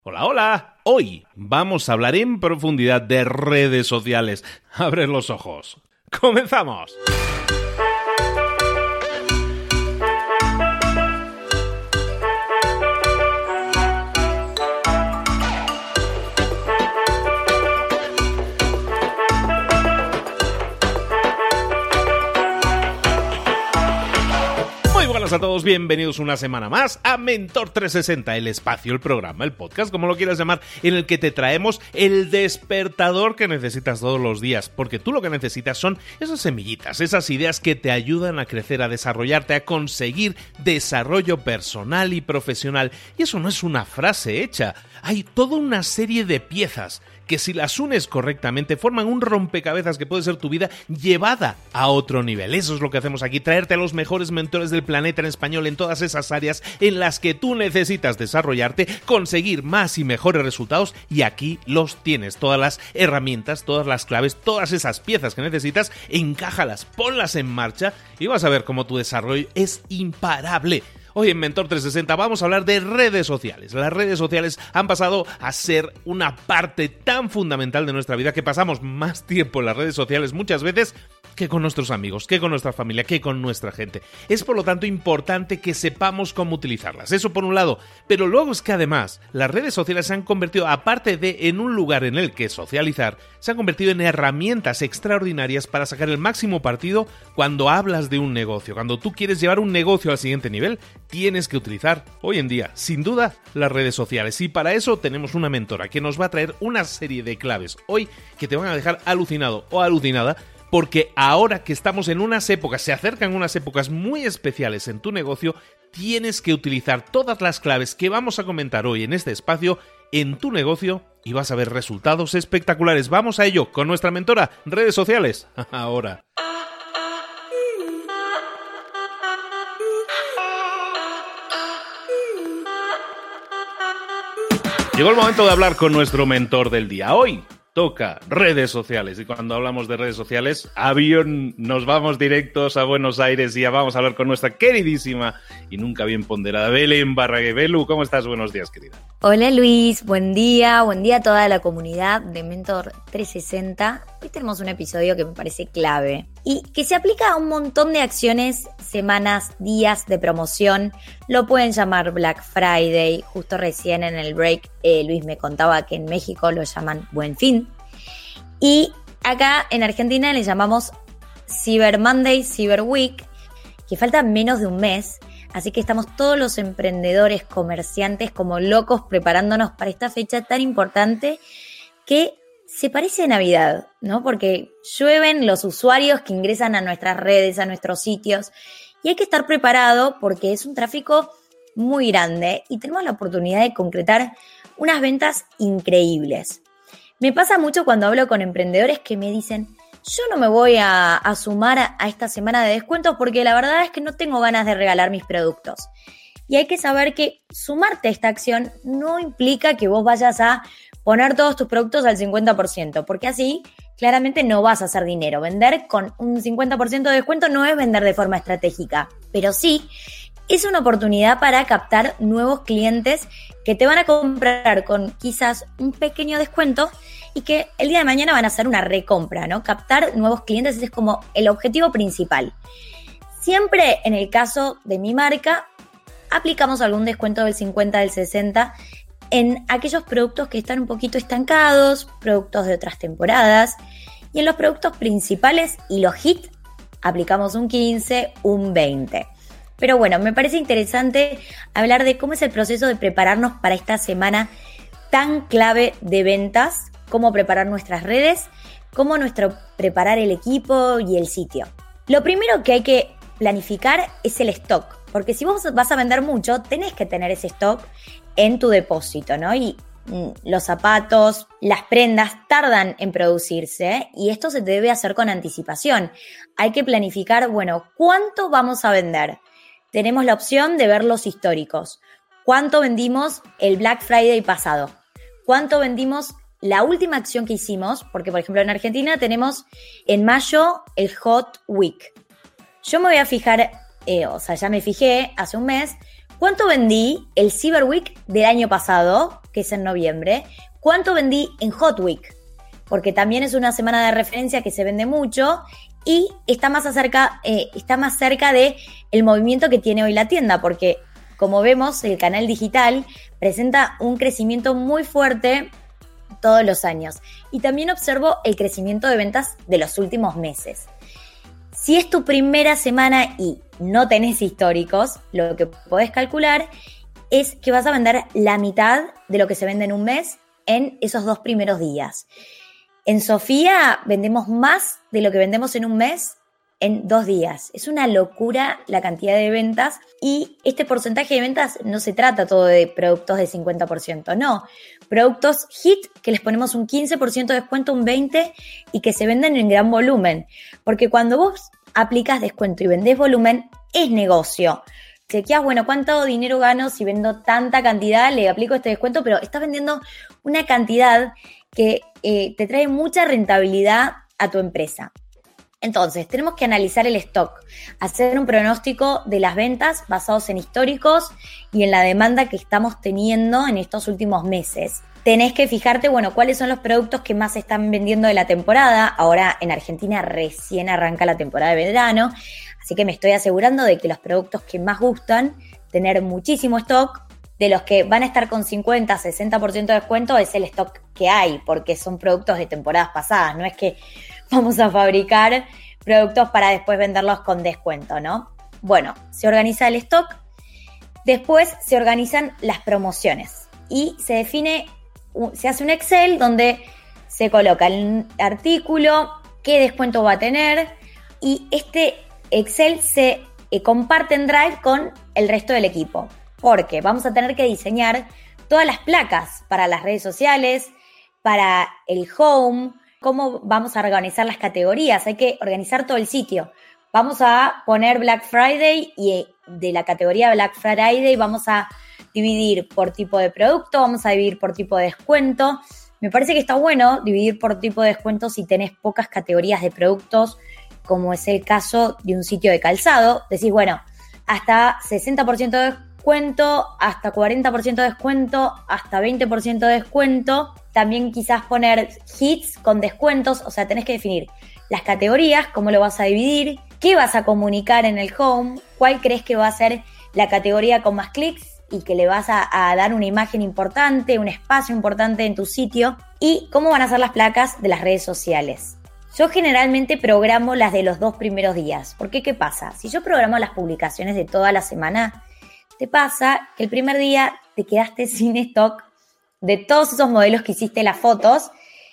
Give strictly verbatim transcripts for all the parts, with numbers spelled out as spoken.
Hola, hola. Hoy vamos a hablar en profundidad de redes sociales. Abre los ojos. ¡Comenzamos! Buenas a todos, bienvenidos una semana más a Mentor trescientos sesenta, el espacio, el programa, el podcast, como lo quieras llamar, en el que te traemos el despertador que necesitas todos los días, porque tú lo que necesitas son esas semillitas, esas ideas que te ayudan a crecer, a desarrollarte, a conseguir desarrollo personal y profesional. Y eso no es una frase hecha, hay toda una serie de piezas que si las unes correctamente forman un rompecabezas que puede ser tu vida llevada a otro nivel. Eso es lo que hacemos aquí, traerte a los mejores mentores del planeta en español en todas esas áreas en las que tú necesitas desarrollarte, conseguir más y mejores resultados, y aquí los tienes, todas las herramientas, todas las claves, todas esas piezas que necesitas, encájalas, ponlas en marcha y vas a ver cómo tu desarrollo es imparable. Hoy en Mentor trescientos sesenta vamos a hablar de redes sociales. Las redes sociales han pasado a ser una parte tan fundamental de nuestra vida que pasamos más tiempo en las redes sociales muchas veces que con nuestros amigos, que con nuestra familia, que con nuestra gente. Es por lo tanto importante que sepamos cómo utilizarlas. Eso por un lado, pero luego es que además las redes sociales se han convertido, aparte de en un lugar en el que socializar, se han convertido en herramientas extraordinarias para sacar el máximo partido cuando hablas de un negocio. Cuando tú quieres llevar un negocio al siguiente nivel, tienes que utilizar hoy en día, sin duda, las redes sociales. Y para eso tenemos una mentora que nos va a traer una serie de claves hoy que te van a dejar alucinado o alucinada, porque ahora que estamos en unas épocas, se acercan unas épocas muy especiales en tu negocio, tienes que utilizar todas las claves que vamos a comentar hoy en este espacio en tu negocio y vas a ver resultados espectaculares. Vamos a ello con nuestra mentora, redes sociales, ahora. Llegó el momento de hablar con nuestro mentor del día. Hoy toca redes sociales, y cuando hablamos de redes sociales, avión, nos vamos directos a Buenos Aires y ya vamos a hablar con nuestra queridísima y nunca bien ponderada Belén Barraguer. Belu, ¿cómo estás? Buenos días, querida. Hola Luis, buen día, buen día a toda la comunidad de Mentor trescientos sesenta. Hoy tenemos un episodio que me parece clave y que se aplica a un montón de acciones, semanas, días de promoción. Lo pueden llamar Black Friday, justo recién en el break eh, Luis me contaba que en México lo llaman Buen Fin. Y acá en Argentina le llamamos Cyber Monday, Cyber Week, que falta menos de un mes. Así que estamos todos los emprendedores, comerciantes como locos preparándonos para esta fecha tan importante que se parece a Navidad, ¿no? Porque llueven los usuarios que ingresan a nuestras redes, a nuestros sitios, y hay que estar preparado porque es un tráfico muy grande y tenemos la oportunidad de concretar unas ventas increíbles. Me pasa mucho cuando hablo con emprendedores que me dicen: yo no me voy a, a sumar a, a esta semana de descuentos porque la verdad es que no tengo ganas de regalar mis productos. Y hay que saber que sumarte a esta acción no implica que vos vayas a poner todos tus productos al cincuenta por ciento, porque así claramente no vas a hacer dinero. Vender con un cincuenta por ciento de descuento no es vender de forma estratégica, pero sí es una oportunidad para captar nuevos clientes que te van a comprar con quizás un pequeño descuento y que el día de mañana van a hacer una recompra, ¿no? Captar nuevos clientes, ese es como el objetivo principal. Siempre en el caso de mi marca, aplicamos algún descuento del cincuenta, del sesenta en aquellos productos que están un poquito estancados, productos de otras temporadas, y en los productos principales y los hits aplicamos un quince, un veinte. Pero bueno, me parece interesante hablar de cómo es el proceso de prepararnos para esta semana tan clave de ventas, cómo preparar nuestras redes, cómo nuestro preparar el equipo y el sitio. Lo primero que hay que planificar es el stock, porque si vos vas a vender mucho, tenés que tener ese stock en tu depósito, ¿no? Y mm, los zapatos, las prendas tardan en producirse y esto se debe hacer con anticipación. Hay que planificar, bueno, ¿cuánto vamos a vender? Tenemos la opción de ver los históricos. ¿Cuánto vendimos el Black Friday pasado? ¿Cuánto vendimos la última acción que hicimos? Porque, por ejemplo, en Argentina tenemos en mayo el Hot Week. Yo me voy a fijar, eh, o sea, ya me fijé hace un mes, ¿cuánto vendí el Cyber Week del año pasado? que es en noviembre, cuánto vendí en Hot Week, porque también es una semana de referencia que se vende mucho y está más, acerca, eh, está más cerca de el movimiento que tiene hoy la tienda, porque como vemos, el canal digital presenta un crecimiento muy fuerte todos los años. Y también observo el crecimiento de ventas de los últimos meses. Si es tu primera semana y no tenés históricos, lo que podés calcular es que vas a vender la mitad de lo que se vende en un mes en esos dos primeros días. En Sofía vendemos más de lo que vendemos en un mes en dos días. Es una locura la cantidad de ventas y este porcentaje de ventas no se trata todo de productos de cincuenta por ciento, no. Productos hit que les ponemos un quince por ciento de descuento, un veinte por ciento y que se venden en gran volumen. Porque cuando vos aplicas descuento y vendés volumen, es negocio. Chequeás, bueno, ¿cuánto dinero gano si vendo tanta cantidad? Le aplico este descuento, pero estás vendiendo una cantidad que eh, te trae mucha rentabilidad a tu empresa. Entonces, tenemos que analizar el stock, hacer un pronóstico de las ventas basados en históricos y en la demanda que estamos teniendo en estos últimos meses. Tenés que fijarte, bueno, cuáles son los productos que más se están vendiendo de la temporada. Ahora en Argentina recién arranca la temporada de verano, así que me estoy asegurando de que los productos que más gustan, tener muchísimo stock. De los que van a estar con cincuenta, sesenta por ciento de descuento es el stock que hay, porque son productos de temporadas pasadas, no es que vamos a fabricar productos para después venderlos con descuento, ¿no? Bueno, se organiza el stock, después se organizan las promociones y se define, se hace un Excel donde se coloca el artículo, qué descuento va a tener y este Excel se eh, comparte en Drive con el resto del equipo. Porque vamos a tener que diseñar todas las placas para las redes sociales, para el home, cómo vamos a organizar las categorías. Hay que organizar todo el sitio. Vamos a poner Black Friday y de la categoría Black Friday vamos a dividir por tipo de producto, vamos a dividir por tipo de descuento. Me parece que está bueno dividir por tipo de descuento si tenés pocas categorías de productos, como es el caso de un sitio de calzado. Decís, bueno, hasta sesenta por ciento de descuento, descuento, hasta cuarenta por ciento de descuento, hasta veinte por ciento de descuento. También quizás poner hits con descuentos, o sea, tenés que definir las categorías, cómo lo vas a dividir, qué vas a comunicar en el home, cuál crees que va a ser la categoría con más clics y que le vas a, a dar una imagen importante, un espacio importante en tu sitio y cómo van a ser las placas de las redes sociales. Yo generalmente programo las de los dos primeros días, porque ¿qué pasa? Si yo programo las publicaciones de toda la semana, te pasa que el primer día te quedaste sin stock de todos esos modelos que hiciste las fotos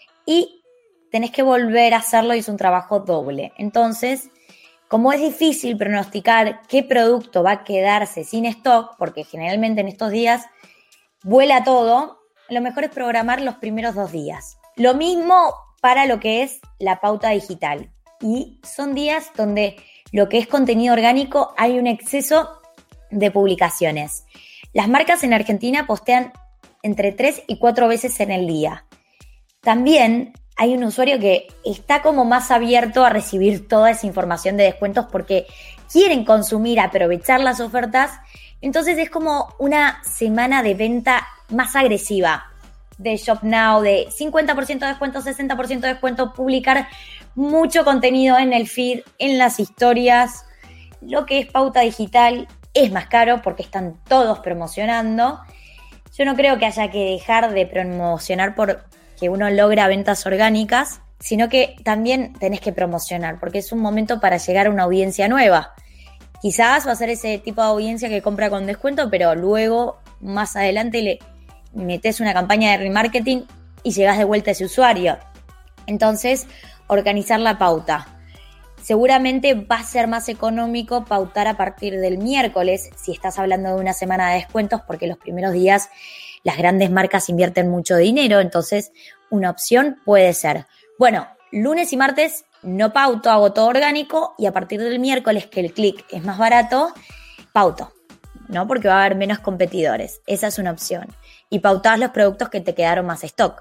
y tenés que volver a hacerlo y es un trabajo doble. Entonces, como es difícil pronosticar qué producto va a quedarse sin stock, porque generalmente en estos días vuela todo, lo mejor es programar los primeros dos días. Lo mismo para lo que es la pauta digital. Y son días donde lo que es contenido orgánico hay un exceso de publicaciones. Las marcas en Argentina postean entre tres y cuatro veces en el día. También hay un usuario que está como más abierto a recibir toda esa información de descuentos porque quieren consumir, aprovechar las ofertas. Entonces es como una semana de venta más agresiva de Shop Now, de cincuenta por ciento de descuento, sesenta por ciento de descuento, publicar mucho contenido en el feed, en las historias. Lo que es pauta digital es más caro porque están todos promocionando. Yo no creo que haya que dejar de promocionar porque uno logra ventas orgánicas, sino que también tenés que promocionar porque es un momento para llegar a una audiencia nueva. Quizás va a ser ese tipo de audiencia que compra con descuento, pero luego, más adelante, le metés una campaña de remarketing y llegás de vuelta a ese usuario. Entonces, organizar la pauta. Seguramente va a ser más económico pautar a partir del miércoles si estás hablando de una semana de descuentos porque los primeros días las grandes marcas invierten mucho dinero, entonces una opción puede ser, bueno, lunes y martes no pauto, hago todo orgánico y a partir del miércoles que el clic es más barato, pauto, ¿no? Porque va a haber menos competidores, esa es una opción. Y pautás los productos que te quedaron más stock.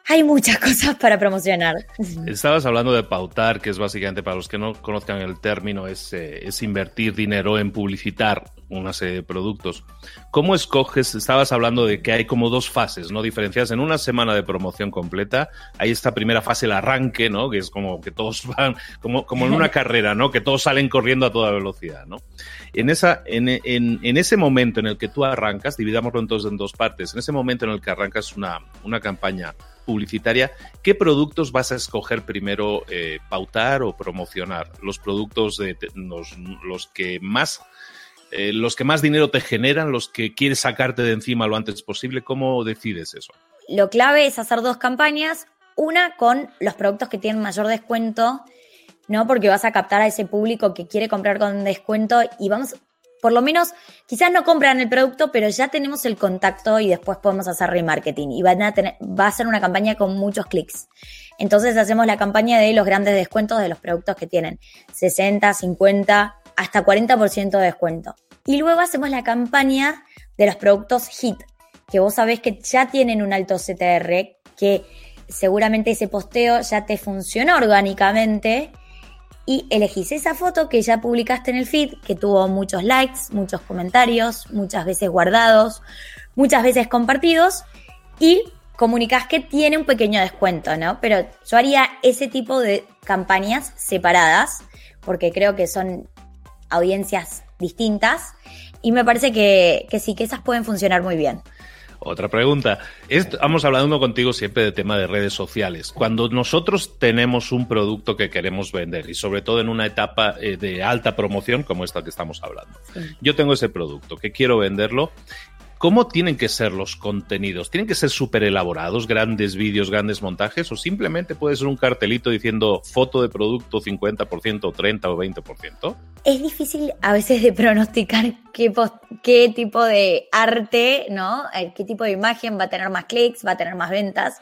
Hay muchas cosas para promocionar. Estabas hablando de pautar, que es básicamente, para los que no conozcan el término, es, eh, es invertir dinero en publicitar una serie de productos. ¿Cómo escoges? Estabas hablando de que hay como dos fases, ¿no? Diferenciadas en una semana de promoción completa. Hay esta primera fase, el arranque, ¿no? Que es como que todos van, como, como en una carrera, ¿no? Que todos salen corriendo a toda velocidad, ¿no? En, esa, en, en, en ese momento en el que tú arrancas, dividámoslo entonces en dos partes, en ese momento en el que arrancas una, una campaña publicitaria, ¿qué productos vas a escoger primero eh, pautar o promocionar? Los productos de, de los, los que más eh, los que más dinero te generan, los que quieres sacarte de encima lo antes posible. ¿Cómo decides eso? Lo clave es hacer dos campañas, una con los productos que tienen mayor descuento, ¿no? Porque vas a captar a ese público que quiere comprar con descuento y vamos, por lo menos, quizás no compran el producto, pero ya tenemos el contacto y después podemos hacer remarketing. Y van a tener, va a ser una campaña con muchos clics. Entonces hacemos la campaña de los grandes descuentos de los productos que tienen sesenta, cincuenta, hasta cuarenta por ciento de descuento. Y luego hacemos la campaña de los productos hit, que vos sabés que ya tienen un alto C T R, que seguramente ese posteo ya te funcionó orgánicamente. Y elegís esa foto que ya publicaste en el feed, que tuvo muchos likes, muchos comentarios, muchas veces guardados, muchas veces compartidos, y comunicás que tiene un pequeño descuento, ¿no? Pero yo haría ese tipo de campañas separadas, porque creo que son audiencias distintas, y me parece que, que sí, que esas pueden funcionar muy bien. Otra pregunta. Estamos hablando contigo siempre de tema de redes sociales. Cuando nosotros tenemos un producto que queremos vender y sobre todo en una etapa eh, de alta promoción como esta que estamos hablando, sí. Yo tengo ese producto que quiero venderlo. ¿Cómo tienen que ser los contenidos? ¿Tienen que ser súper elaborados, grandes vídeos, grandes montajes? ¿O simplemente puede ser un cartelito diciendo foto de producto cincuenta por ciento, treinta por ciento o veinte por ciento? Es difícil a veces de pronosticar qué, post, qué tipo de arte, ¿no? Qué tipo de imagen va a tener más clics, va a tener más ventas.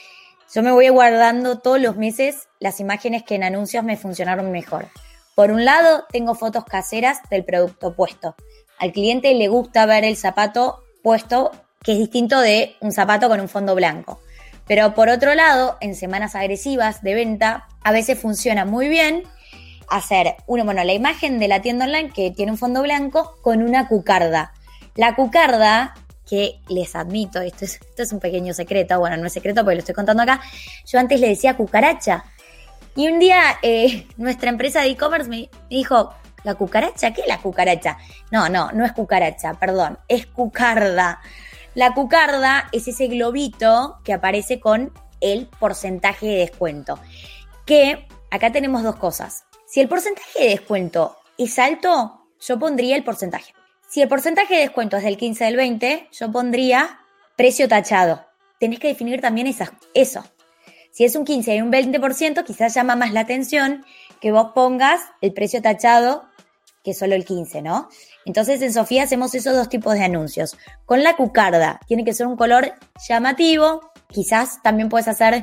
Yo me voy guardando todos los meses las imágenes que en anuncios me funcionaron mejor. Por un lado, tengo fotos caseras del producto puesto. Al cliente le gusta ver el zapato puesto, que es distinto de un zapato con un fondo blanco. Pero por otro lado, en semanas agresivas de venta, a veces funciona muy bien hacer uno, bueno, la imagen de la tienda online que tiene un fondo blanco con una cucarda. La cucarda, que les admito, esto es, esto es un pequeño secreto, bueno, no es secreto porque lo estoy contando acá, yo antes le decía cucaracha. Y un día eh, nuestra empresa de e-commerce me dijo, ¿la cucaracha? ¿Qué es la cucaracha? No, no, no es cucaracha, perdón, es cucarda. La cucarda es ese globito que aparece con el porcentaje de descuento. Que acá tenemos dos cosas. Si el porcentaje de descuento es alto, yo pondría el porcentaje. Si el porcentaje de descuento es del quince, del veinte, yo pondría precio tachado. Tenés que definir también esas, eso. Si es un quince y un veinte por ciento, quizás llama más la atención que vos pongas el precio tachado que solo el quince, ¿no? Entonces en Sofía hacemos esos dos tipos de anuncios. Con la cucarda tiene que ser un color llamativo. Quizás también puedes hacer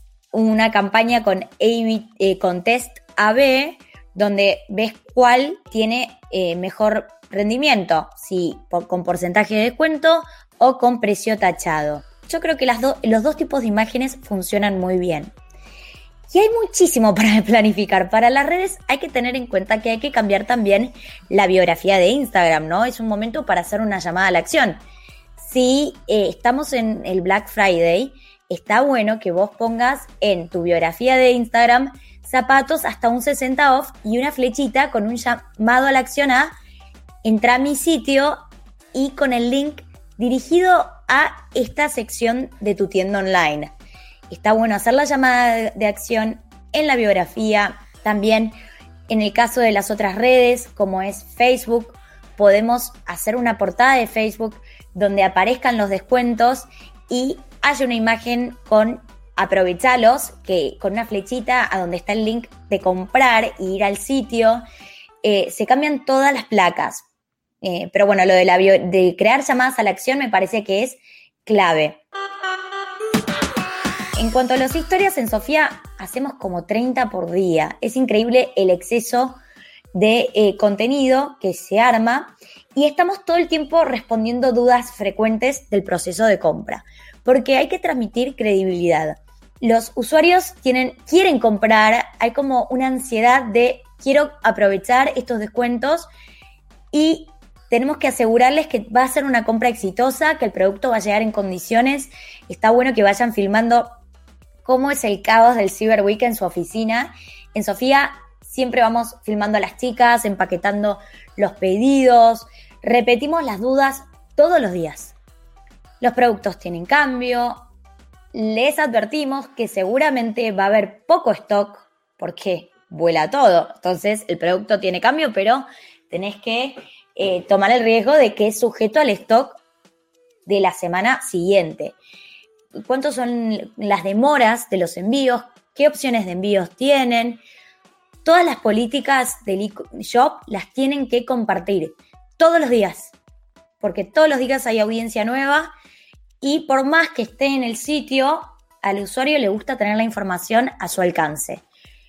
una campaña con A B, eh, con test A B, donde ves cuál tiene eh, mejor rendimiento, si por, con porcentaje de descuento o con precio tachado. Yo creo que las do, los dos tipos de imágenes funcionan muy bien. Y hay muchísimo para planificar. Para las redes hay que tener en cuenta que hay que cambiar también la biografía de Instagram, ¿no? Es un momento para hacer una llamada a la acción. Si eh, estamos en el Black Friday, está bueno que vos pongas en tu biografía de Instagram zapatos hasta un sesenta off y una flechita con un llamado a la acción a entra a mi sitio y con el link dirigido a esta sección de tu tienda online. Está bueno hacer la llamada de acción en la biografía. También en el caso de las otras redes, como es Facebook, podemos hacer una portada de Facebook donde aparezcan los descuentos y haya una imagen con aprovechalos, que con una flechita a donde está el link de comprar e ir al sitio. Eh, se cambian todas las placas. Eh, pero bueno, lo de, la bio, de crear llamadas a la acción me parece que es clave. En cuanto a las historias, en Sofía hacemos como treinta por día. Es increíble el exceso de eh, contenido que se arma y estamos todo el tiempo respondiendo dudas frecuentes del proceso de compra, porque hay que transmitir credibilidad. los usuarios tienen, quieren comprar, hay como una ansiedad de quiero aprovechar estos descuentos y tenemos que asegurarles que va a ser una compra exitosa, que el producto va a llegar en condiciones. Está bueno que vayan filmando cómo es el caos del Cyber Week en su oficina. En Sofía siempre vamos filmando a las chicas, empaquetando los pedidos, repetimos las dudas todos los días. Los productos tienen cambio, les advertimos que seguramente va a haber poco stock porque vuela todo. Entonces el producto tiene cambio, pero tenés que eh, tomar el riesgo de que es sujeto al stock de la semana siguiente. ¿Cuántos son las demoras de los envíos? ¿Qué opciones de envíos tienen? Todas las políticas del e-shop las tienen que compartir todos los días, porque todos los días hay audiencia nueva y por más que esté en el sitio, al usuario le gusta tener la información a su alcance.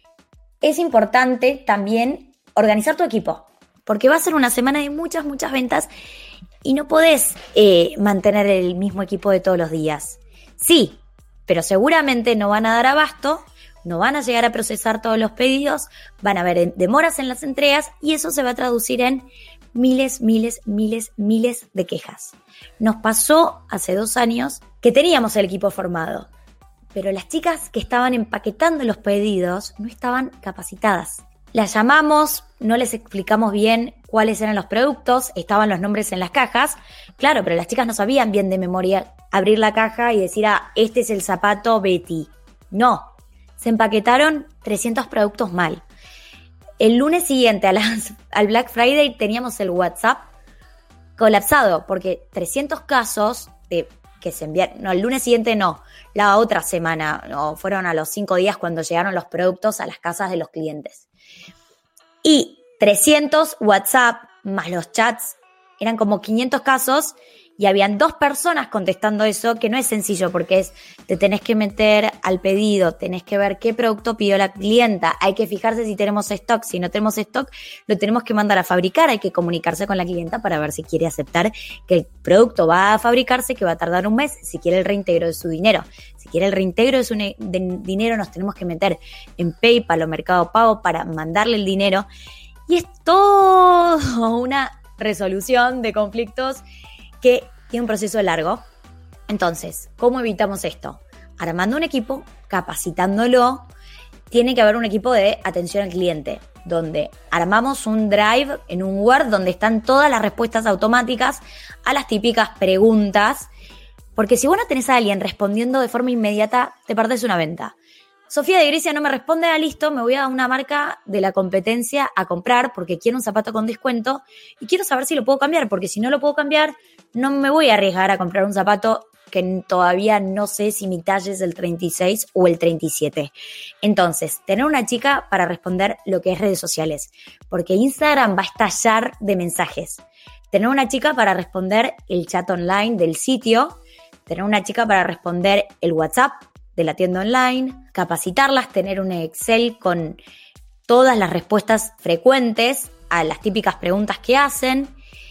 Es importante también organizar tu equipo, porque va a ser una semana de muchas, muchas ventas y no podés eh, mantener el mismo equipo de todos los días. Sí, pero seguramente no van a dar abasto, no van a llegar a procesar todos los pedidos, van a haber demoras en las entregas y eso se va a traducir en miles, miles, miles, miles de quejas. Nos pasó hace dos años que teníamos el equipo formado, pero las chicas que estaban empaquetando los pedidos no estaban capacitadas. Las llamamos, no les explicamos bien cuáles eran los productos, estaban los nombres en las cajas, claro, pero las chicas no sabían bien de memoria abrir la caja y decir, ah, este es el zapato Betty. No, se empaquetaron trescientos productos mal. El lunes siguiente a las, al Black Friday teníamos el WhatsApp colapsado porque trescientos casos de que se enviaron, no, el lunes siguiente no, la otra semana, no, fueron a los cinco días cuando llegaron los productos a las casas de los clientes. Y trescientos WhatsApp más los chats, eran como quinientos casos y habían dos personas contestando eso, que no es sencillo porque es, te tenés que meter al pedido, tenés que ver qué producto pidió la clienta, hay que fijarse si tenemos stock, si no tenemos stock, lo tenemos que mandar a fabricar, hay que comunicarse con la clienta para ver si quiere aceptar que el producto va a fabricarse, que va a tardar un mes, si quiere el reintegro de su dinero. Si quiere el reintegro de su ne- de dinero, nos tenemos que meter en PayPal o Mercado Pago para mandarle el dinero. Y es todo una resolución de conflictos que tiene un proceso largo. Entonces, ¿cómo evitamos esto? Armando un equipo, capacitándolo. Tiene que haber un equipo de atención al cliente, donde armamos un drive en un Word donde están todas las respuestas automáticas a las típicas preguntas. Porque si vos no tenés a alguien respondiendo de forma inmediata, te perdés una venta. Sofía de Grecia no me responde, ah, listo, me voy a una marca de la competencia a comprar porque quiero un zapato con descuento y quiero saber si lo puedo cambiar, porque si no lo puedo cambiar, no me voy a arriesgar a comprar un zapato que todavía no sé si mi talle es el treinta y seis o el treinta y siete. Entonces, tener una chica para responder lo que es redes sociales, porque Instagram va a estallar de mensajes. Tener una chica para responder el chat online del sitio, tener una chica para responder el WhatsApp de la tienda online, capacitarlas, tener un Excel con todas las respuestas frecuentes a las típicas preguntas que hacen,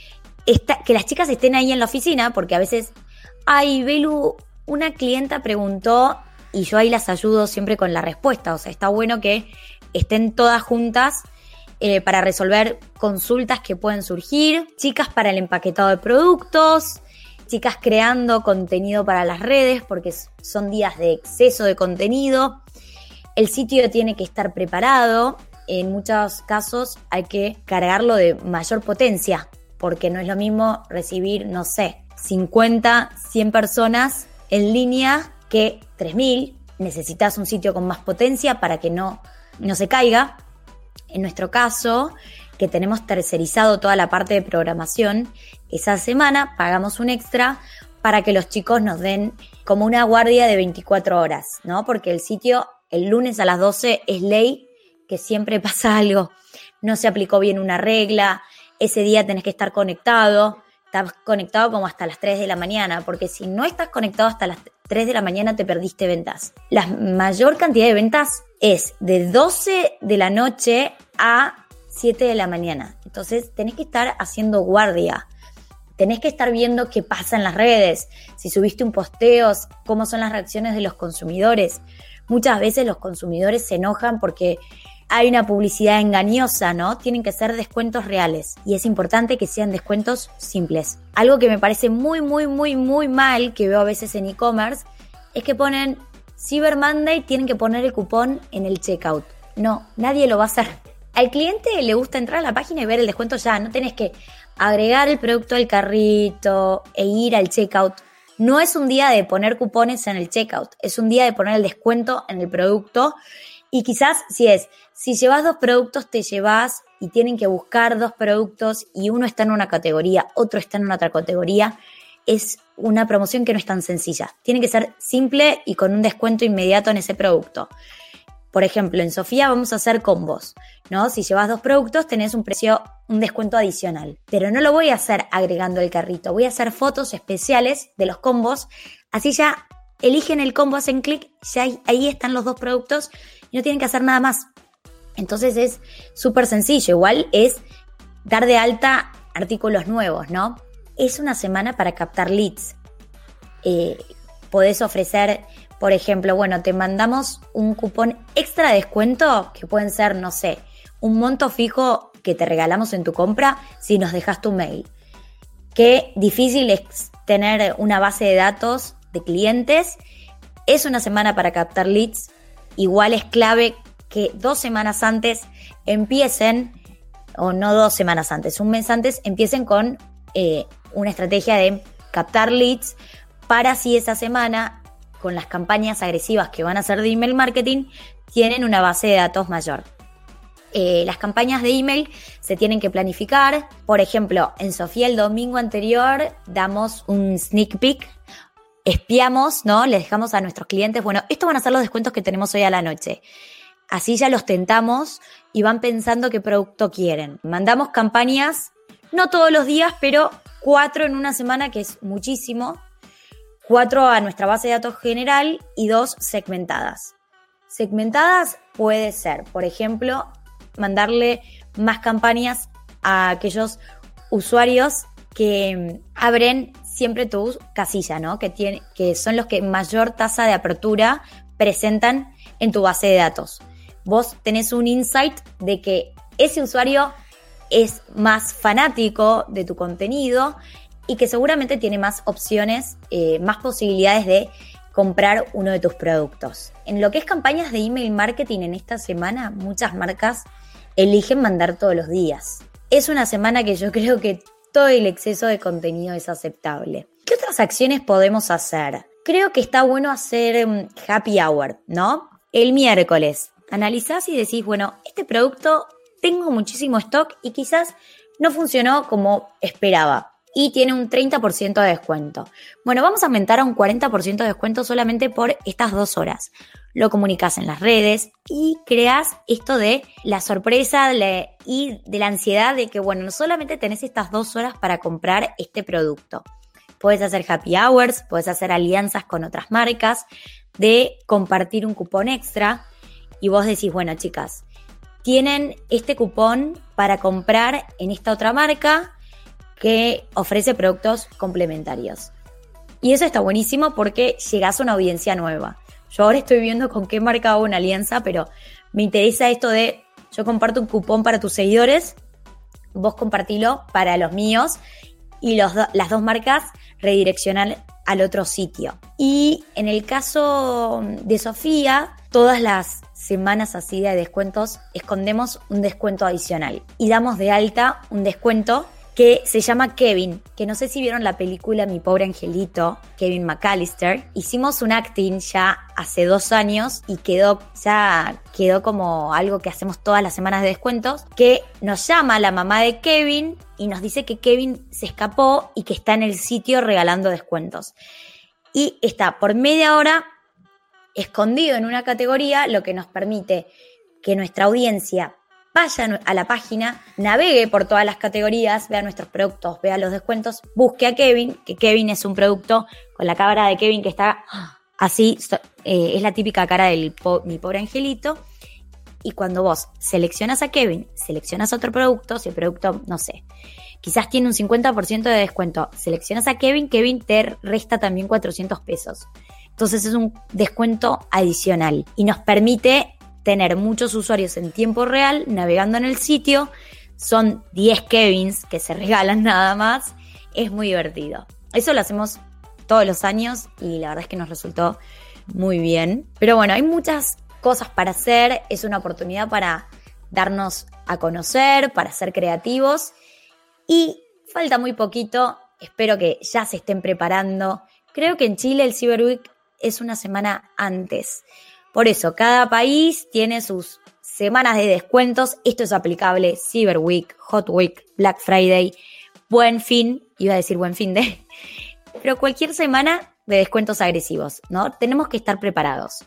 Esta, que las chicas estén ahí en la oficina, porque a veces, ay, Belu, una clienta preguntó y yo ahí las ayudo siempre con la respuesta, o sea, está bueno que estén todas juntas eh, para resolver consultas que pueden surgir, chicas para el empaquetado de productos, chicas creando contenido para las redes porque son días de exceso de contenido. El sitio tiene que estar preparado. En muchos casos hay que cargarlo de mayor potencia porque no es lo mismo recibir, no sé, cincuenta, cien personas en línea que tres mil. Necesitas un sitio con más potencia para que no, no se caiga. En nuestro caso, que tenemos tercerizado toda la parte de programación, esa semana pagamos un extra para que los chicos nos den como una guardia de veinticuatro horas, ¿no? Porque el sitio, el lunes a las doce es ley que siempre pasa algo, no se aplicó bien una regla, ese día tenés que estar conectado, estás conectado como hasta las tres de la mañana, porque si no estás conectado hasta las tres de la mañana te perdiste ventas. La mayor cantidad de ventas es de doce de la noche a siete de la mañana. Entonces tenés que estar haciendo guardia. tenés que estar viendo qué pasa en las redes, si subiste un posteo, cómo son las reacciones de los consumidores. Muchas veces los consumidores se enojan porque hay una publicidad engañosa, ¿no? Tienen que ser descuentos reales y es importante que sean descuentos simples. Algo que me parece muy, muy, muy, muy mal, que veo a veces en e-commerce, es que ponen Cyber Monday, tienen que poner el cupón en el checkout. No, nadie lo va a hacer. Al cliente le gusta entrar a la página y ver el descuento ya. No tenés que agregar el producto al carrito e ir al checkout. No es un día de poner cupones en el checkout. Es un día de poner el descuento en el producto. Y quizás si es, si llevas dos productos te llevas y tienen que buscar dos productos y uno está en una categoría, otro está en otra categoría. Es una promoción que no es tan sencilla. Tiene que ser simple y con un descuento inmediato en ese producto. Por ejemplo, en Sofía vamos a hacer combos, ¿no? Si llevas dos productos tenés un precio, un descuento adicional. Pero no lo voy a hacer agregando el carrito. Voy a hacer fotos especiales de los combos. Así ya eligen el combo, hacen clic, ya ahí están los dos productos y no tienen que hacer nada más. Entonces es súper sencillo. Igual es dar de alta artículos nuevos, ¿no? Es una semana para captar leads. Eh, podés ofrecer... Por ejemplo, bueno, te mandamos un cupón extra de descuento que pueden ser, no sé, un monto fijo que te regalamos en tu compra si nos dejas tu mail. Qué difícil es tener una base de datos de clientes. Es una semana para captar leads. Igual es clave que dos semanas antes empiecen, o no dos semanas antes, un mes antes, empiecen con eh, una estrategia de captar leads para si esa semana, con las campañas agresivas que van a hacer de email marketing, tienen una base de datos mayor. Eh, las campañas de email se tienen que planificar. Por ejemplo, en Sofía el domingo anterior damos un sneak peek, espiamos, ¿no? Les dejamos a nuestros clientes, bueno, estos van a ser los descuentos que tenemos hoy a la noche. Así ya los tentamos y van pensando qué producto quieren. Mandamos campañas, no todos los días, pero cuatro en una semana, que es muchísimo. Cuatro a nuestra base de datos general y dos segmentadas. Segmentadas puede ser, por ejemplo, mandarle más campañas a aquellos usuarios que abren siempre tu casilla, ¿no? Que, tiene, que son los que mayor tasa de apertura presentan en tu base de datos. Vos tenés un insight de que ese usuario es más fanático de tu contenido y que seguramente tiene más opciones, eh, más posibilidades de comprar uno de tus productos. En lo que es campañas de email marketing en esta semana, muchas marcas eligen mandar todos los días. Es una semana que yo creo que todo el exceso de contenido es aceptable. ¿Qué otras acciones podemos hacer? Creo que está bueno hacer um, happy hour, ¿no? El miércoles analizás y decís, bueno, este producto tengo muchísimo stock y quizás no funcionó como esperaba. Y tiene un treinta por ciento de descuento. Bueno, vamos a aumentar a un cuarenta por ciento de descuento solamente por estas dos horas. Lo comunicas en las redes y creas esto de la sorpresa y de la ansiedad de que, bueno, no solamente tenés estas dos horas para comprar este producto. Puedes hacer happy hours, puedes hacer alianzas con otras marcas, de compartir un cupón extra. Y vos decís, bueno, chicas, tienen este cupón para comprar en esta otra marca que ofrece productos complementarios. Y eso está buenísimo porque llegás a una audiencia nueva. Yo ahora estoy viendo con qué marca hago una alianza, pero me interesa esto de yo comparto un cupón para tus seguidores, vos compartilo para los míos y los do- las dos marcas redireccionan al otro sitio. Y en el caso de Sofía, todas las semanas así de descuentos escondemos un descuento adicional y damos de alta un descuento que se llama Kevin, que no sé si vieron la película Mi Pobre Angelito, Kevin McAllister. Hicimos un acting ya hace dos años y quedó ya quedó como algo que hacemos todas las semanas de descuentos, que nos llama la mamá de Kevin y nos dice que Kevin se escapó y que está en el sitio regalando descuentos. Y está por media hora escondido en una categoría, lo que nos permite que nuestra audiencia vaya a la página, navegue por todas las categorías, vea nuestros productos, vea los descuentos, busque a Kevin, que Kevin es un producto con la cara de Kevin que está así, eh, es la típica cara de po- Mi Pobre Angelito, Y cuando vos seleccionas a Kevin, seleccionas otro producto, si el producto, no sé, quizás tiene un cincuenta por ciento de descuento, seleccionas a Kevin, Kevin te resta también cuatrocientos pesos. Entonces es un descuento adicional y nos permite tener muchos usuarios en tiempo real navegando en el sitio. Son diez Kevins que se regalan nada más. Es muy divertido. Eso lo hacemos todos los años y la verdad es que nos resultó muy bien. Pero bueno, hay muchas cosas para hacer. Es una oportunidad para darnos a conocer, para ser creativos. Y falta muy poquito. Espero que ya se estén preparando. Creo que en Chile el Cyber Week es una semana antes. Por eso, cada país tiene sus semanas de descuentos. Esto es aplicable Cyber Week, Hot Week, Black Friday, Buen Fin, iba a decir Buen Fin de, pero cualquier semana de descuentos agresivos, ¿no? Tenemos que estar preparados.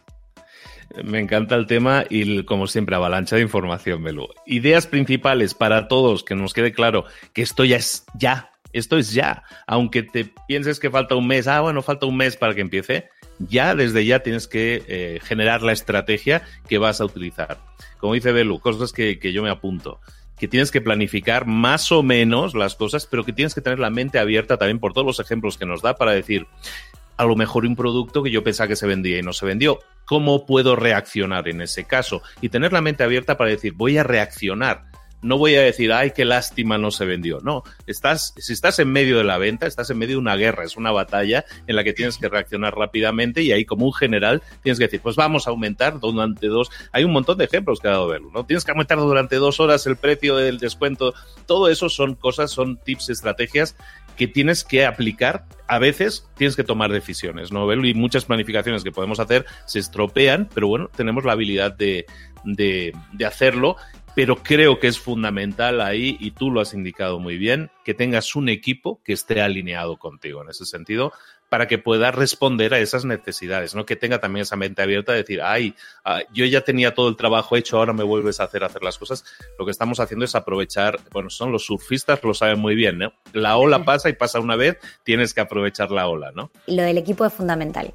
Me encanta el tema y, como siempre, avalancha de información, Belu. Ideas principales para todos, que nos quede claro que esto ya es ya. Esto es ya. Aunque te pienses que falta un mes, ah, bueno, falta un mes para que empiece, ya desde ya tienes que eh, generar la estrategia que vas a utilizar. Como dice Belu, cosas que, que yo me apunto. Que tienes que planificar más o menos las cosas, pero que tienes que tener la mente abierta también por todos los ejemplos que nos da para decir, a lo mejor un producto que yo pensaba que se vendía y no se vendió. ¿Cómo puedo reaccionar en ese caso? Y tener la mente abierta para decir, voy a reaccionar. No voy a decir, ay, qué lástima, no se vendió. No, estás, si estás en medio de la venta, estás en medio de una guerra, es una batalla en la que tienes que reaccionar rápidamente y ahí como un general tienes que decir, pues vamos a aumentar durante dos... Hay un montón de ejemplos que ha dado Belu, ¿no? Tienes que aumentar durante dos horas el precio del descuento. Todo eso son cosas, son tips, estrategias que tienes que aplicar. A veces tienes que tomar decisiones, ¿no, Belu? Y muchas planificaciones que podemos hacer se estropean, pero bueno, tenemos la habilidad de, de, de hacerlo. Pero creo que es fundamental ahí, y tú lo has indicado muy bien, que tengas un equipo que esté alineado contigo en ese sentido para que pueda responder a esas necesidades, ¿no? Que tenga también esa mente abierta de decir, ay, yo ya tenía todo el trabajo hecho, ahora me vuelves a hacer hacer las cosas. Lo que estamos haciendo es aprovechar, bueno, son los surfistas, lo saben muy bien, ¿no? La ola pasa y pasa una vez, tienes que aprovechar la ola, ¿no? Lo del equipo es fundamental.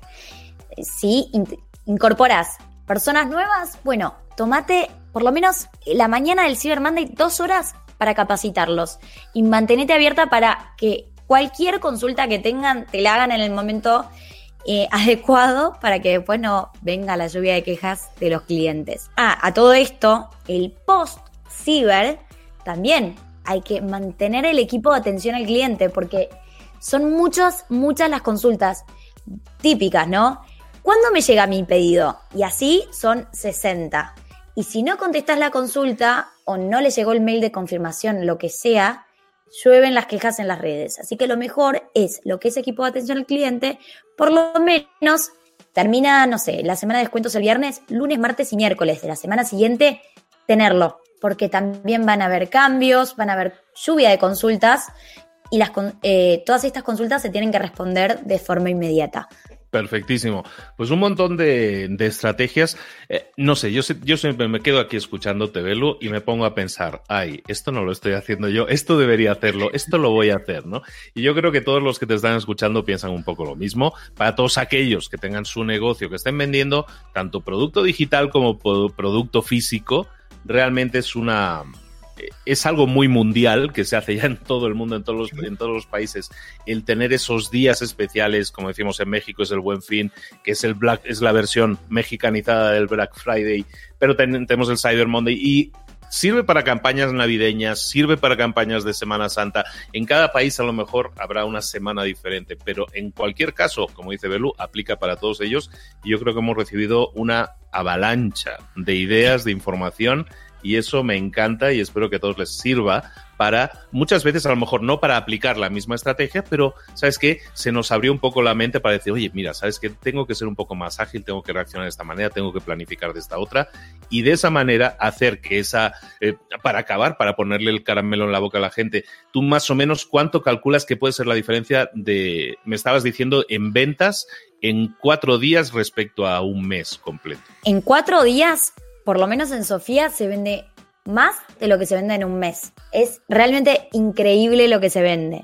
Si incorporas personas nuevas, bueno, tomate por lo menos la mañana del Cyber Monday dos horas para capacitarlos y mantenete abierta para que cualquier consulta que tengan te la hagan en el momento eh, adecuado para que después no venga la lluvia de quejas de los clientes. Ah, a todo esto, el post-ciber también hay que mantener el equipo de atención al cliente porque son muchas, muchas las consultas típicas, ¿no? ¿Cuándo me llega mi pedido? Y así son sesenta. Y si no contestás la consulta o no le llegó el mail de confirmación, lo que sea, llueven las quejas en las redes. Así que lo mejor es lo que es equipo de atención al cliente, por lo menos termina, no sé, la semana de descuentos el viernes, lunes, martes y miércoles de la semana siguiente, tenerlo. Porque también van a haber cambios, van a haber lluvia de consultas y las, eh, todas estas consultas se tienen que responder de forma inmediata. Perfectísimo. Pues un montón de, de estrategias. Eh, no sé, yo, yo siempre me quedo aquí escuchándote, Belu, y me pongo a pensar, ay, esto no lo estoy haciendo yo, esto debería hacerlo, esto lo voy a hacer, ¿no? Y yo creo que todos los que te están escuchando piensan un poco lo mismo. Para todos aquellos que tengan su negocio, que estén vendiendo tanto producto digital como producto físico, realmente es una... es algo muy mundial que se hace ya en todo el mundo, en todos los, en todos los países, el tener esos días especiales, como decimos en México es el Buen Fin, que es el Black, es la versión mexicanizada del Black Friday, pero ten, tenemos el Cyber Monday y sirve para campañas navideñas, sirve para campañas de Semana Santa. En cada país a lo mejor habrá una semana diferente, pero en cualquier caso, como dice Belu, aplica para todos ellos y yo creo que hemos recibido una avalancha de ideas, de información. Y eso me encanta y espero que a todos les sirva para, muchas veces a lo mejor no para aplicar la misma estrategia, pero ¿sabes qué? Se nos abrió un poco la mente para decir, oye, mira, ¿sabes qué? Tengo que ser un poco más ágil, tengo que reaccionar de esta manera, tengo que planificar de esta otra y de esa manera hacer que esa, eh, para acabar, para ponerle el caramelo en la boca a la gente, tú más o menos ¿cuánto calculas que puede ser la diferencia de, me estabas diciendo, en ventas en cuatro días respecto a un mes completo? En cuatro días... Por lo menos en Sofía se vende más de lo que se vende en un mes. Es realmente increíble lo que se vende.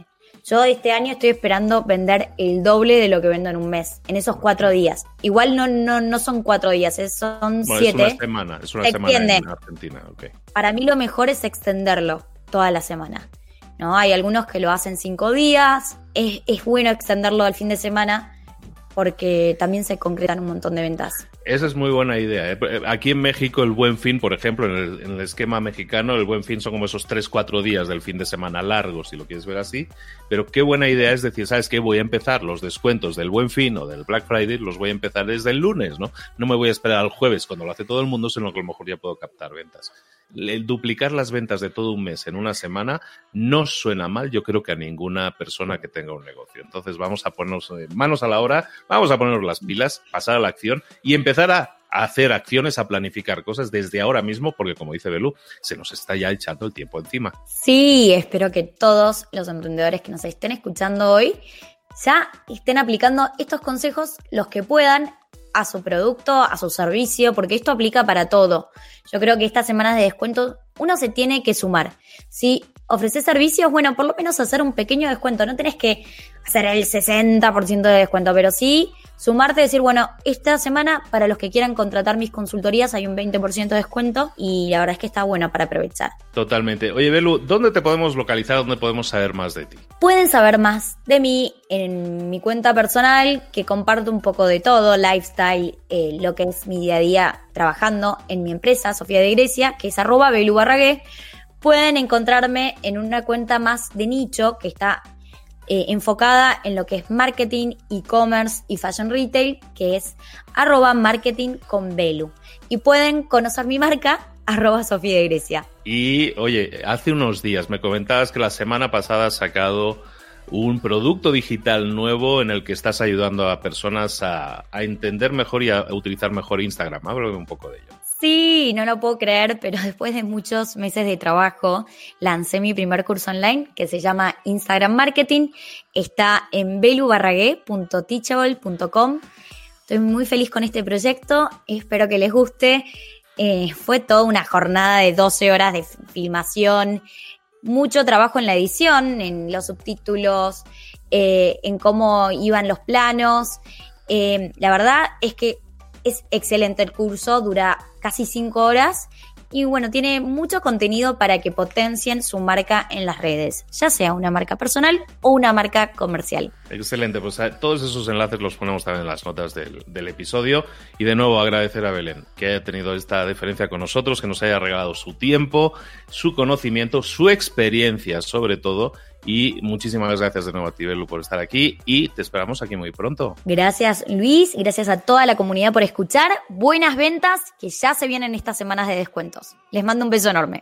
Yo este año estoy esperando vender el doble de lo que vendo en un mes, en esos cuatro días. Igual no no no son cuatro días, es, son bueno, siete. Es una semana, es una semana en Argentina. Okay. Para mí lo mejor es extenderlo toda la semana, ¿no? Hay algunos que lo hacen cinco días, es, es bueno extenderlo al fin de semana porque también se concretan un montón de ventas. Esa es muy buena idea, ¿eh? Aquí en México el Buen Fin, por ejemplo, en el, en el esquema mexicano, el Buen Fin son como esos tres cuatro días del fin de semana largos, si lo quieres ver así. Pero qué buena idea es decir, ¿sabes qué? Voy a empezar los descuentos del Buen Fin o del Black Friday, los voy a empezar desde el lunes, ¿no? No me voy a esperar al jueves cuando lo hace todo el mundo, sino que a lo mejor ya puedo captar ventas. El duplicar las ventas de todo un mes en una semana no suena mal, yo creo que a ninguna persona que tenga un negocio. Entonces vamos a ponernos manos a la obra, vamos a ponernos las pilas, pasar a la acción y empezar a hacer acciones, a planificar cosas desde ahora mismo, porque como dice Belú, se nos está ya echando el tiempo encima. Sí, espero que todos los emprendedores que nos estén escuchando hoy ya estén aplicando estos consejos, los que puedan, a su producto, a su servicio, porque esto aplica para todo. Yo creo que estas semanas de descuento uno se tiene que sumar. Si ofreces servicios, bueno, por lo menos hacer un pequeño descuento. No tenés que hacer el sesenta por ciento de descuento, pero sí sumarte y decir, bueno, esta semana para los que quieran contratar mis consultorías hay un veinte por ciento de descuento y la verdad es que está bueno para aprovechar. Totalmente. Oye, Belu, ¿dónde te podemos localizar? ¿Dónde podemos saber más de ti? Pueden saber más de mí en mi cuenta personal, que comparto un poco de todo, lifestyle, eh, lo que es mi día a día trabajando en mi empresa, Sofía de Grecia, que es arroba Belu Barragué. Pueden encontrarme en una cuenta más de nicho que está eh, enfocada en lo que es marketing, e-commerce y fashion retail, que es arroba marketing con Belu. Y pueden conocer mi marca, arroba Sofía de Grecia. Y, oye, hace unos días me comentabas que la semana pasada has sacado un producto digital nuevo en el que estás ayudando a personas a, a entender mejor y a utilizar mejor Instagram. Háblame un poco de ello. Sí, no lo puedo creer, pero después de muchos meses de trabajo lancé mi primer curso online que se llama Instagram Marketing. Está en belu barragué punto teachable punto com. Estoy muy feliz con este proyecto, espero que les guste. Eh, fue toda una jornada de doce horas de filmación, mucho trabajo en la edición, en los subtítulos, eh, en cómo iban los planos. Eh, la verdad es que es excelente el curso, dura casi cinco horas y bueno, tiene mucho contenido para que potencien su marca en las redes, ya sea una marca personal o una marca comercial. Excelente, pues todos esos enlaces los ponemos también en las notas del, del episodio y de nuevo agradecer a Belén que haya tenido esta diferencia con nosotros, que nos haya regalado su tiempo, su conocimiento, su experiencia sobre todo. Y muchísimas gracias de nuevo a ti, Belu, por estar aquí y te esperamos aquí muy pronto. Gracias, Luis. Gracias a toda la comunidad por escuchar. Buenas ventas que ya se vienen estas semanas de descuentos. Les mando un beso enorme.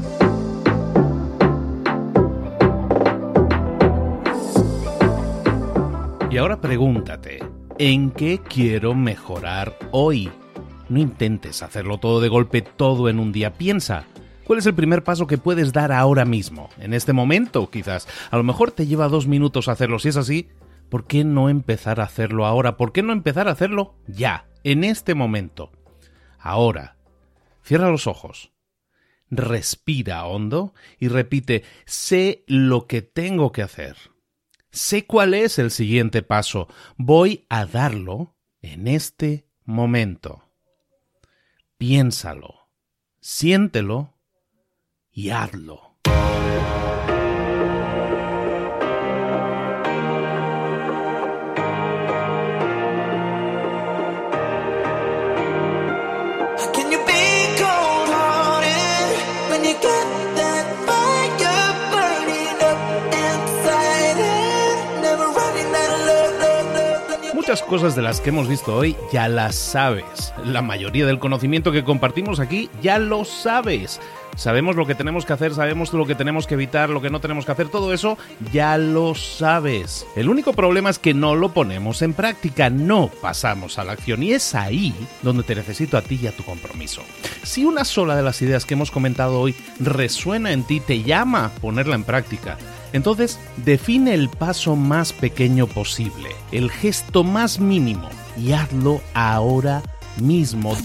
Y ahora pregúntate, ¿en qué quiero mejorar hoy? No intentes hacerlo todo de golpe, todo en un día. Piensa. ¿Cuál es el primer paso que puedes dar ahora mismo? En este momento, quizás. A lo mejor te lleva dos minutos hacerlo. Si es así, ¿por qué no empezar a hacerlo ahora? ¿Por qué no empezar a hacerlo ya? En este momento. Ahora. Cierra los ojos. Respira hondo y repite, sé lo que tengo que hacer. Sé cuál es el siguiente paso. Voy a darlo en este momento. Piénsalo. Siéntelo. Y hazlo. Muchas cosas de las que hemos visto hoy ya las sabes. La mayoría del conocimiento que compartimos aquí ya lo sabes. Sabemos lo que tenemos que hacer, sabemos lo que tenemos que evitar, lo que no tenemos que hacer, todo eso ya lo sabes. El único problema es que no lo ponemos en práctica, no pasamos a la acción y es ahí donde te necesito a ti y a tu compromiso. Si una sola de las ideas que hemos comentado hoy resuena en ti, te llama a ponerla en práctica, entonces define el paso más pequeño posible, el gesto más mínimo y hazlo ahora mismo.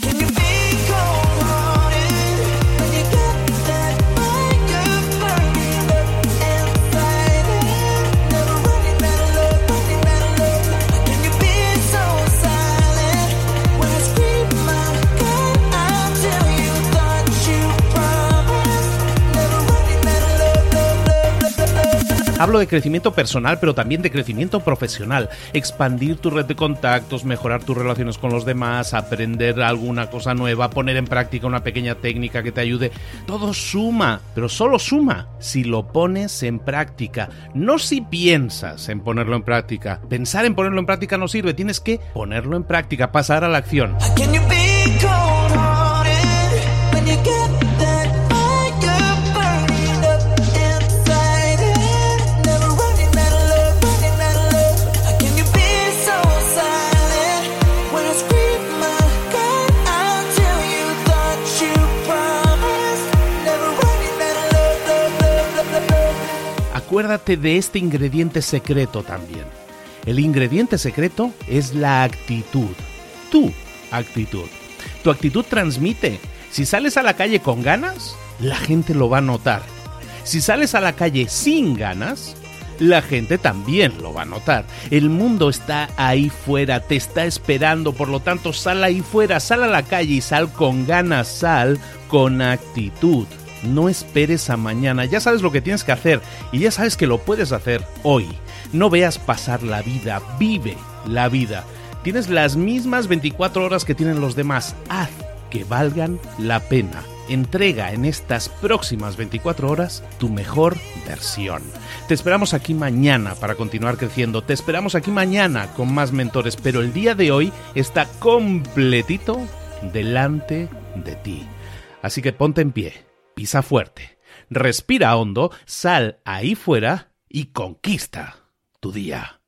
Hablo de crecimiento personal, pero también de crecimiento profesional. Expandir tu red de contactos, mejorar tus relaciones con los demás, aprender alguna cosa nueva, poner en práctica una pequeña técnica que te ayude. Todo suma, pero solo suma si lo pones en práctica. No si piensas en ponerlo en práctica. Pensar en ponerlo en práctica no sirve. Tienes que ponerlo en práctica, pasar a la acción. Acuérdate de este ingrediente secreto también. El ingrediente secreto es la actitud. Tu actitud. Tu actitud transmite. Si sales a la calle con ganas, la gente lo va a notar. Si sales a la calle sin ganas, la gente también lo va a notar. El mundo está ahí fuera, te está esperando, por lo tanto sal ahí fuera, sal a la calle y sal con ganas, sal con actitud. No esperes a mañana, ya sabes lo que tienes que hacer y ya sabes que lo puedes hacer hoy. No veas pasar la vida, vive la vida. Tienes las mismas veinticuatro horas que tienen los demás, haz que valgan la pena. Entrega en estas próximas veinticuatro horas tu mejor versión. Te esperamos aquí mañana para continuar creciendo, te esperamos aquí mañana con más mentores, pero el día de hoy está completito delante de ti. Así que ponte en pie. Pisa fuerte, respira hondo, sal ahí fuera y conquista tu día.